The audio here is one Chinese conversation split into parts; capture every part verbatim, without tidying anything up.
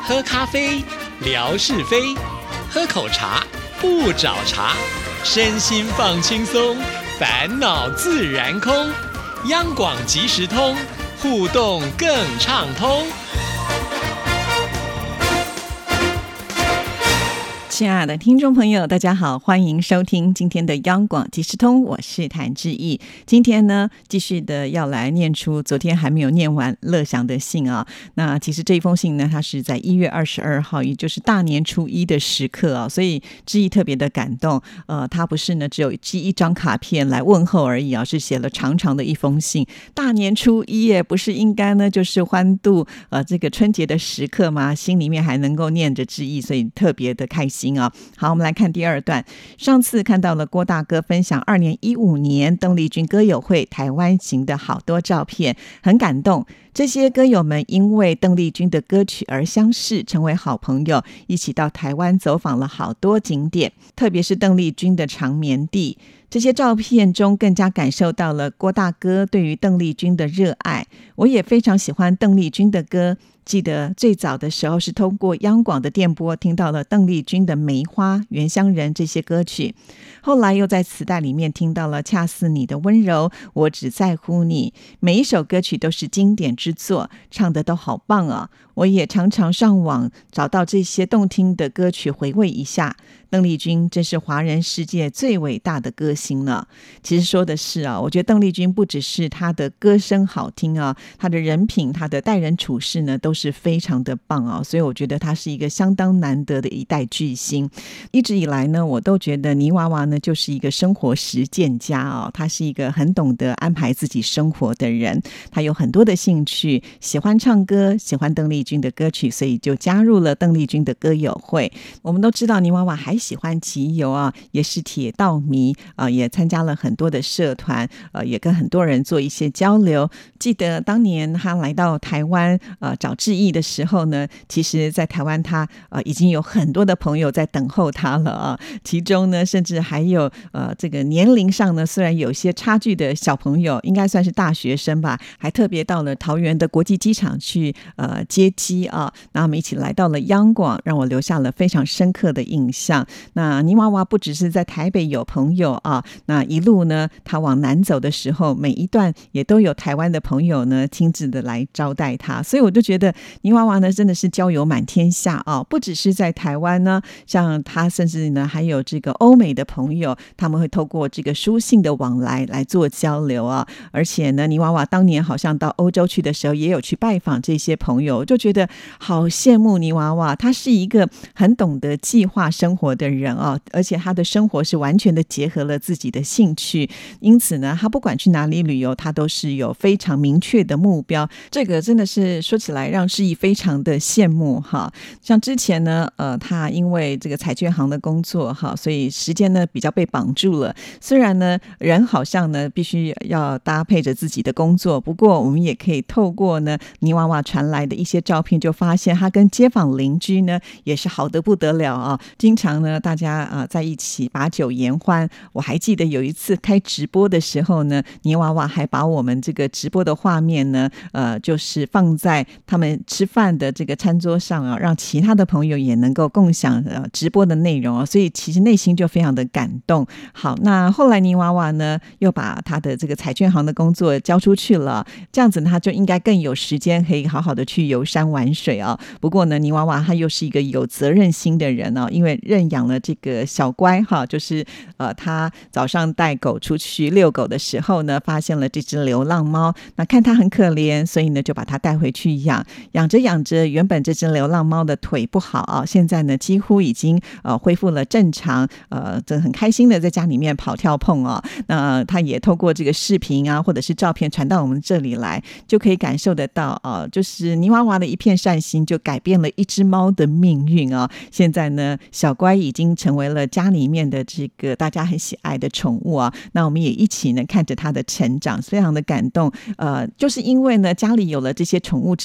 喝咖啡，聊是非；喝口茶，不找茬。身心放轻松，烦恼自然空。央广即时通，互动更畅通。 亲爱的听众朋友，大家好，欢迎收听今天的央广即时通，我是谭志毅。今天呢，继续的要来念出昨天还没有念完乐祥的信啊。那其实这一封信呢，它是在一月二十二号，也就是大年初一的时刻啊，所以志毅特别的感动。呃，他不是呢只有寄一张卡片来问候而已啊，是写了长长的一封信。大年初一耶，不是应该呢就是欢度呃这个春节的时刻吗？心里面还能够念着志毅，所以特别的开心。好，我们来看第二段。上次看到了郭大哥分享二零一五年邓丽君歌友会台湾行的好多照片，很感动。这些歌友们因为邓丽君的歌曲而相识，成为好朋友，一起到台湾走访了好多景点，特别是邓丽君的长眠地。这些照片中更加感受到了郭大哥对于邓丽君的热爱。我也非常喜欢邓丽君的歌，记得最早的时候是通过央广的电波听到了邓丽君的《梅花》《原乡人》这些歌曲，后来又在磁带里面听到了《恰似你的温柔》《我只在乎你》，每一首歌曲都是经典之作，唱得都好棒啊！我也常常上网找到这些动听的歌曲回味一下。邓丽君真是华人世界最伟大的歌星了。其实说的是啊，我觉得邓丽君不只是她的歌声好听啊，她的人品、她的待人处事呢，都是非常的棒啊。所以我觉得她是一个相当难得的一代巨星。一直以来呢，我都觉得泥娃娃呢就是一个生活实践家啊，她是一个很懂得安排自己生活的人。她有很多的兴趣，喜欢唱歌，喜欢邓丽君的歌曲，所以就加入了邓丽君的歌友会。我们都知道泥娃娃还喜欢骑游啊，也是铁道迷啊、呃，也参加了很多的社团，呃，也跟很多人做一些交流。记得当年他来到台湾呃找志毅的时候呢，其实在台湾他呃已经有很多的朋友在等候他了啊，其中呢甚至还有呃这个年龄上呢虽然有些差距的小朋友，应该算是大学生吧，还特别到了桃园的国际机场去呃接机啊，那我们一起来到了央广，让我留下了非常深刻的印象。那泥娃娃不只是在台北有朋友啊，那一路呢他往南走的时候，每一段也都有台湾的朋友呢亲自的来招待他，所以我就觉得泥娃娃呢真的是交友满天下啊，不只是在台湾呢，像他甚至呢还有这个欧美的朋友，他们会透过这个书信的往来来做交流啊。而且呢泥娃娃当年好像到欧洲去的时候也有去拜访这些朋友，就觉得好羡慕泥娃娃，他是一个很懂得计划生活的人啊，而且他的生活是完全的结合了自己的兴趣，因此呢他不管去哪里旅游，他都是有非常明确的目标。这个真的是说起来让志毅非常的羡慕哈。像之前呢呃，他因为这个彩券行的工作哈，所以时间呢比较被绑住了，虽然呢人好像呢必须要搭配着自己的工作，不过我们也可以透过呢泥娃娃传来的一些照片，就发现他跟街坊邻居呢也是好得不得了啊，经常呢大家啊、呃、在一起把酒言欢。我还记得有一次开直播的时候呢，泥娃娃还把我们这个直播的画面呢呃就是放在他们吃饭的这个餐桌上啊，让其他的朋友也能够共享呃直播的内容啊，所以其实内心就非常的感动。好，那后来泥娃娃呢又把他的这个彩券行的工作交出去了，这样子呢他就应该更有时间可以好好的去游山玩水啊。不过呢泥娃娃他又是一个有责任心的人啊，因为认养了这个小乖哈，就是呃他早上带狗出去遛狗的时候呢，发现了这只流浪猫，那看它很可怜，所以呢就把它带回去养。养着养着，原本这只流浪猫的腿不好啊，现在呢几乎已经呃恢复了正常，呃这很开心的在家里面跑跳碰啊。那他也透过这个视频啊或者是照片传到我们这里来，就可以感受得到啊，就是泥娃娃的一片善心就改变了一只猫的命运啊。现在呢小乖已经成为了家里面的这个大家很喜爱的宠物啊，那我们也一起呢看着它的成长，非常的感动。呃，就是因为呢家里有了这些宠物之后，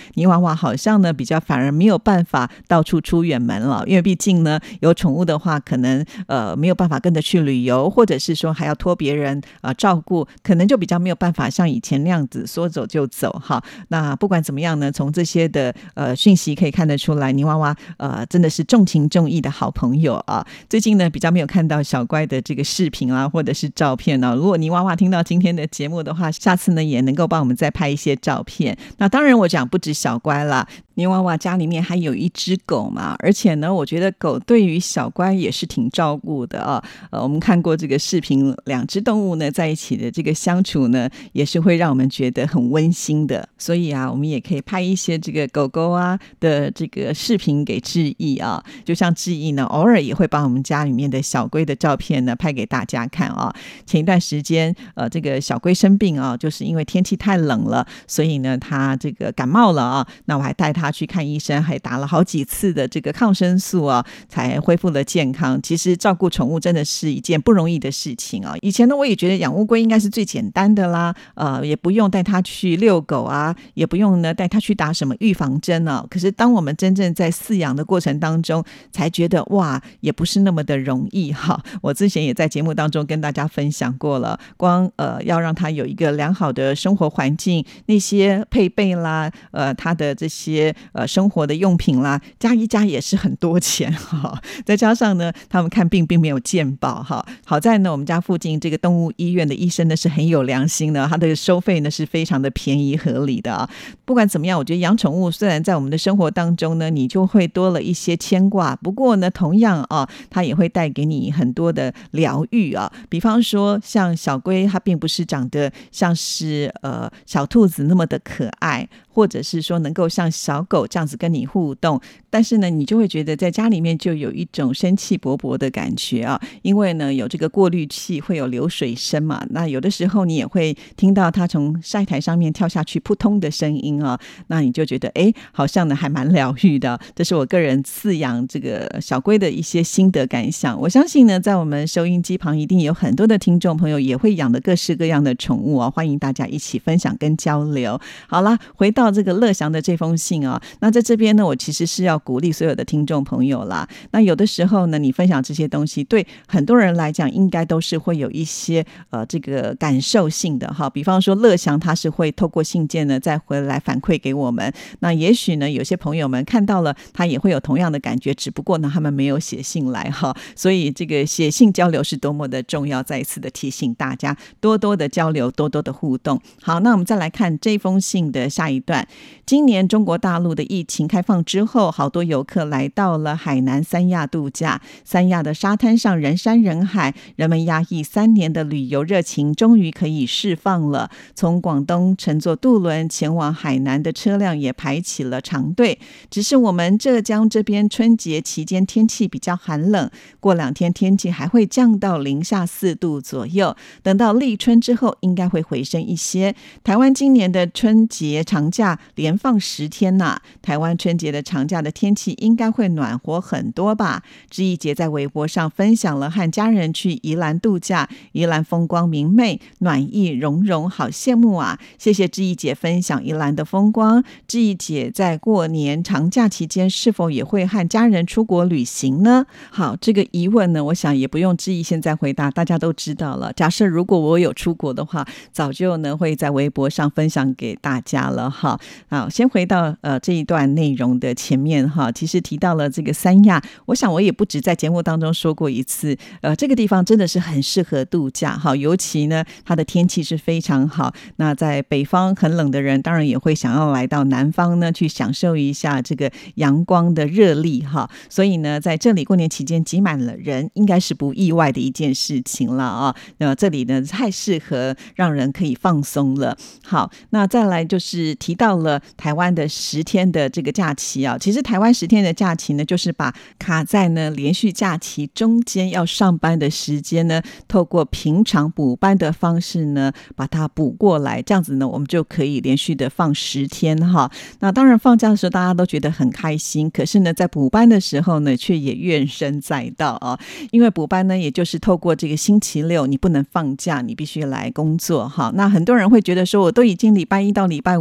泥娃娃好像呢比较反而没有办法到处出远门了，因为毕竟呢有宠物的话可能呃没有办法跟着去旅游，或者是说还要托别人呃照顾，可能就比较没有办法像以前那样子说走就走哈。那不管怎么样呢，从这些的呃讯息可以看得出来，泥娃娃呃真的是重情重义的好朋友啊。最近呢比较没有看到小乖的这个视频啊或者是照片啊，如果泥娃娃听到今天的节目的话，下次呢也能够帮我们再拍一些照片。那当然我讲不止小乖啦，泥娃娃家里面还有一只狗嘛，而且呢我觉得狗对于小乖也是挺照顾的啊。呃，我们看过这个视频，两只动物呢在一起的这个相处呢也是会让我们觉得很温馨的，所以啊我们也可以拍一些这个狗狗啊的这个视频给志毅啊，就像志毅呢偶尔也会把我们家里面的小龟的照片呢拍给大家看啊。前一段时间呃这个小龟生病啊，就是因为天气太冷了，所以呢他这个感冒了啊，那我还带他去看医生，还打了好几次的这个抗生素啊，才恢复了健康。其实照顾宠物真的是一件不容易的事情啊。以前呢我也觉得养乌龟应该是最简单的啦，呃也不用带它去遛狗啊，也不用呢带它去打什么预防针啊。可是当我们真正在饲养的过程当中，才觉得哇也不是那么的容易哈。我之前也在节目当中跟大家分享过了，光呃要让它有一个良好的生活环境，那些配备啦，呃它的这些呃生活的用品啦，加一加也是很多钱哈。再加上呢他们看病并没有健保哈，好在呢我们家附近这个动物医院的医生呢是很有良心的，他的收费呢是非常的便宜合理的啊。不管怎么样，我觉得养宠物虽然在我们的生活当中呢你就会多了一些牵挂，不过呢同样啊它也会带给你很多的疗愈啊。比方说像小龟，它并不是长得像是呃小兔子那么的可爱，或者是说能够像小狗这样子跟你互动，但是呢你就会觉得在家里面就有一种生气勃勃的感觉啊。因为呢有这个过滤器，会有流水声嘛，那有的时候你也会听到它从晒台上面跳下去扑通的声音啊，那你就觉得哎好像呢还蛮疗愈的。这是我个人饲养这个小龟的一些心得感想。我相信呢在我们收音机旁一定有很多的听众朋友也会养的各式各样的宠物啊，欢迎大家一起分享跟交流。好啦，回到这个乐祥的这封信啊，那在这边呢我其实是要鼓励所有的听众朋友啦。那有的时候呢你分享这些东西对很多人来讲应该都是会有一些呃这个感受性的哈。比方说乐祥他是会透过信件呢再回来反馈给我们，那也许呢有些朋友们看到了他也会有同样的感觉，只不过呢他们没有写信来哈。所以这个写信交流是多么的重要，再一次的提醒大家多多的交流，多多的互动。好，那我们再来看这封信的下一段。今年中国大陆的疫情开放之后，好多游客来到了海南三亚度假。三亚的沙滩上人山人海，人们压抑三年的旅游热情终于可以释放了。从广东乘坐渡轮前往海南的车辆也排起了长队。只是我们浙江这边春节期间天气比较寒冷，过两天天气还会降到零下四度左右，等到立春之后应该会回升一些。台湾今年的春节长假连放十天呐、啊，台湾春节的长假的天气应该会暖和很多吧。知易姐在微博上分享了和家人去宜兰度假，宜兰风光明媚，暖意融融，好羡慕啊。谢谢知易姐分享宜兰的风光。知易姐在过年长假期间是否也会和家人出国旅行呢？好，这个疑问呢我想也不用知易现在回答，大家都知道了。假设如果我有出国的话，早就呢会在微博上分享给大家了哈。好，先回到呃这一段内容的前面哈，其实提到了这个三亚，我想我也不止在节目当中说过一次，呃这个地方真的是很适合度假哈，尤其呢它的天气是非常好。那在北方很冷的人，当然也会想要来到南方呢去享受一下这个阳光的热力哈。所以呢在这里过年期间挤满了人，应该是不意外的一件事情了啊。那这里呢太适合让人可以放松了。好，那再来就是提到了台湾的十天的这个假期啊，其实台湾十天的假期呢，就是把卡在呢连续假期中间要上班的时间呢，透过平常补班的方式呢，把它补过来，这样子呢，我们就可以连续的放十天哈。那当然放假的时候大家都觉得很开心，可是呢，在补班的时候呢，却也怨声载道啊，因为补班呢，也就是透过这个星期六你不能放假，你必须来工作哈。那很多人会觉得说，我都已经礼拜一到礼拜五这么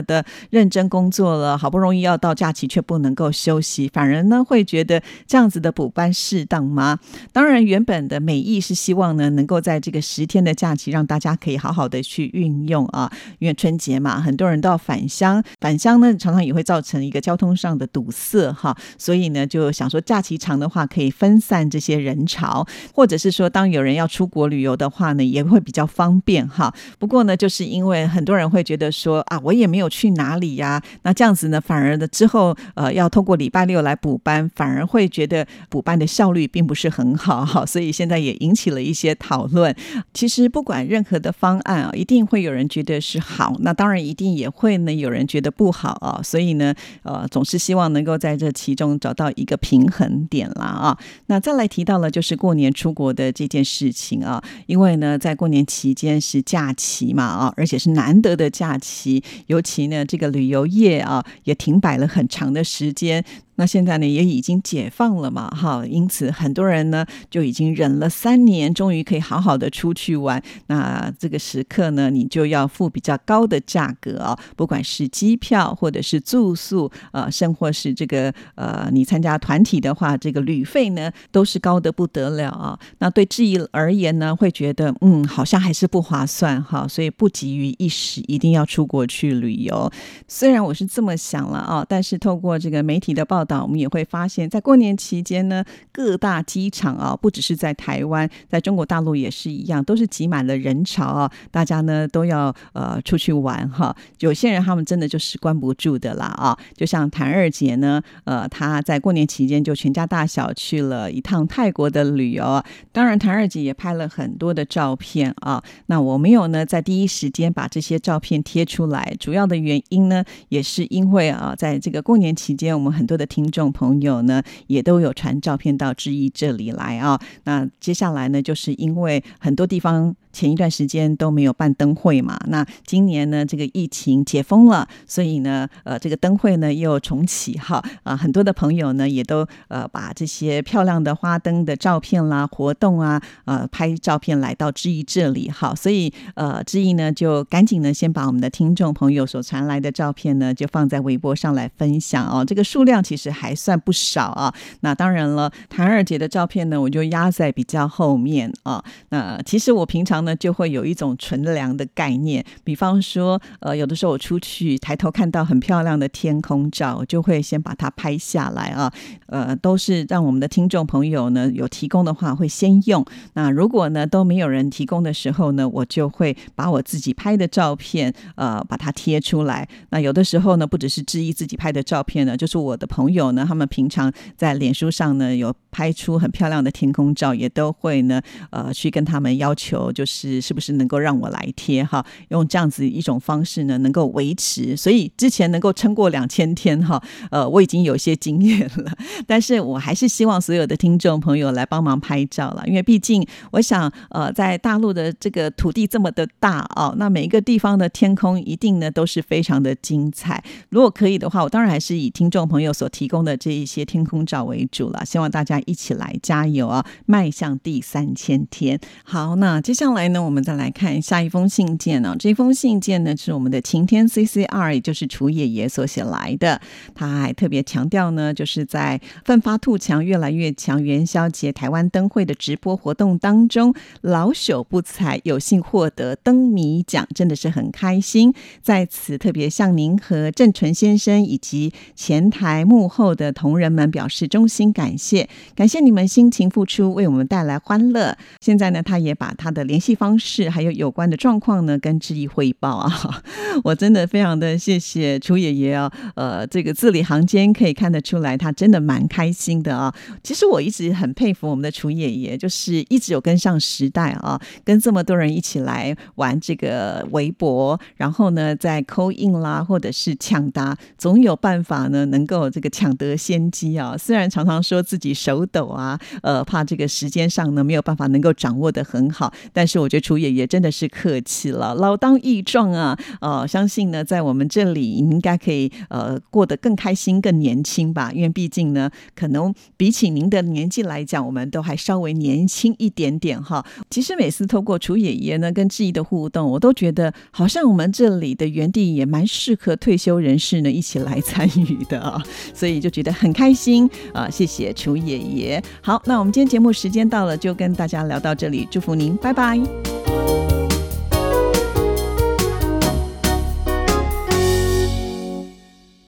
的认真工作了，好不容易要到假期却不能够休息，反而呢会觉得这样子的补班适当吗？当然原本的美意是希望呢能够在这个十天的假期让大家可以好好的去运用啊，因为春节嘛，很多人都要返乡，返乡呢常常也会造成一个交通上的堵塞哈，所以呢就想说假期长的话可以分散这些人潮，或者是说当有人要出国旅游的话呢也会比较方便哈。不过呢就是因为很多人会觉得说啊我也没有去哪里呀、啊，那这样子呢反而呢之后呃要透过礼拜六来补班，反而会觉得补班的效率并不是很好哈，所以现在也引起了一些讨论。其实不管任何的方案啊，一定会有人觉得是好，那当然一定也会呢有人觉得不好啊，所以呢呃总是希望能够在这其中找到一个平衡点啦啊。那再来提到了就是过年出国的这件事情啊，因为呢在过年期间是假期嘛啊，而且是难得的假期，尤其呢这个旅游业啊也停摆了很长的时间。那现在呢也已经解放了嘛哈，因此很多人呢就已经忍了三年，终于可以好好的出去玩。那这个时刻呢你就要付比较高的价格啊，不管是机票或者是住宿呃，甚或是这个呃你参加团体的话，这个旅费呢都是高得不得了啊。那对志毅而言呢会觉得嗯好像还是不划算哈，所以不急于一时一定要出国去旅游。虽然我是这么想了啊，但是透过这个媒体的报道，我们也会发现在过年期间呢各大机场啊，不只是在台湾，在中国大陆也是一样，都是挤满了人潮啊，大家呢都要呃出去玩哈。有些人他们真的就是关不住的啦啊，就像谭二姐呢呃她在过年期间就全家大小去了一趟泰国的旅游啊，当然谭二姐也拍了很多的照片啊，那我没有呢在第一时间把这些照片贴出来，主要的原因呢也是因为啊在这个过年期间我们很多的听众朋友呢也都有传照片到志毅这里来啊。那接下来呢就是因为很多地方前一段时间都没有办灯会嘛，那今年呢这个疫情解封了，所以呢呃这个灯会呢又重启哈啊，很多的朋友呢也都呃把这些漂亮的花灯的照片啦活动啊呃拍照片来到志毅这里哈，所以呃志毅呢就赶紧呢先把我们的听众朋友所传来的照片呢就放在微博上来分享哦，这个数量其实还算不少啊。那当然了，谭二姐的照片呢我就压在比较后面啊。那其实我平常呢就会有一种存粮的概念，比方说呃有的时候我出去抬头看到很漂亮的天空照，我就会先把它拍下来啊。呃都是让我们的听众朋友呢有提供的话会先用，那如果呢都没有人提供的时候呢，我就会把我自己拍的照片呃把它贴出来。那有的时候呢不只是志毅自己拍的照片呢，就是我的朋友呢他们平常在脸书上呢有拍出很漂亮的天空照，也都会呢呃去跟他们要求就是是不是能够让我来贴哈，用这样子一种方式呢能够维持，所以之前能够撑过两千天哈，呃我已经有一些经验了，但是我还是希望所有的听众朋友来帮忙拍照了，因为毕竟我想呃在大陆的这个土地这么的大哦，那每一个地方的天空一定呢都是非常的精彩，如果可以的话我当然还是以听众朋友所提供的这一些天空照为主了，希望大家一起来加油啊，迈向第三千天。好，那接下来呢我们再来看下一封信件呢、哦、这封信件呢是我们的晴天 C C R 也就是楚爷爷所写来的，他还特别强调呢就是在奋发图强越来越强元宵节台湾灯会的直播活动当中，老朽不才有幸获得灯谜奖，真的是很开心，在此特别向您和郑纯先生以及前台幕后的同仁们表示衷心感谢，感谢你们辛勤付出为我们带来欢乐。现在呢他也把他的联系方式还有有关的状况呢跟志毅汇报啊，我真的非常的谢谢楚爷爷啊，呃这个字里行间可以看得出来他真的蛮开心的啊。其实我一直很佩服我们的楚爷爷，就是一直有跟上时代啊，跟这么多人一起来玩这个微博，然后呢在 call in 啦或者是抢答，总有办法呢能够这个抢得先机啊。虽然常常说自己手抖啊，呃，怕这个时间上呢没有办法能够掌握得很好，但是我觉得楚爷爷真的是客气了，老当益壮啊。呃，相信呢在我们这里你应该可以呃过得更开心更年轻吧，因为毕竟呢可能比起您的年纪来讲，我们都还稍微年轻一点点哈。其实每次透过楚爷爷呢跟志毅的互动，我都觉得好像我们这里的园地也蛮适合退休人士呢一起来参与的啊，所以就觉得很开心啊。谢谢楚爷爷。好，那我们今天节目时间到了，就跟大家聊到这里，祝福您，拜拜。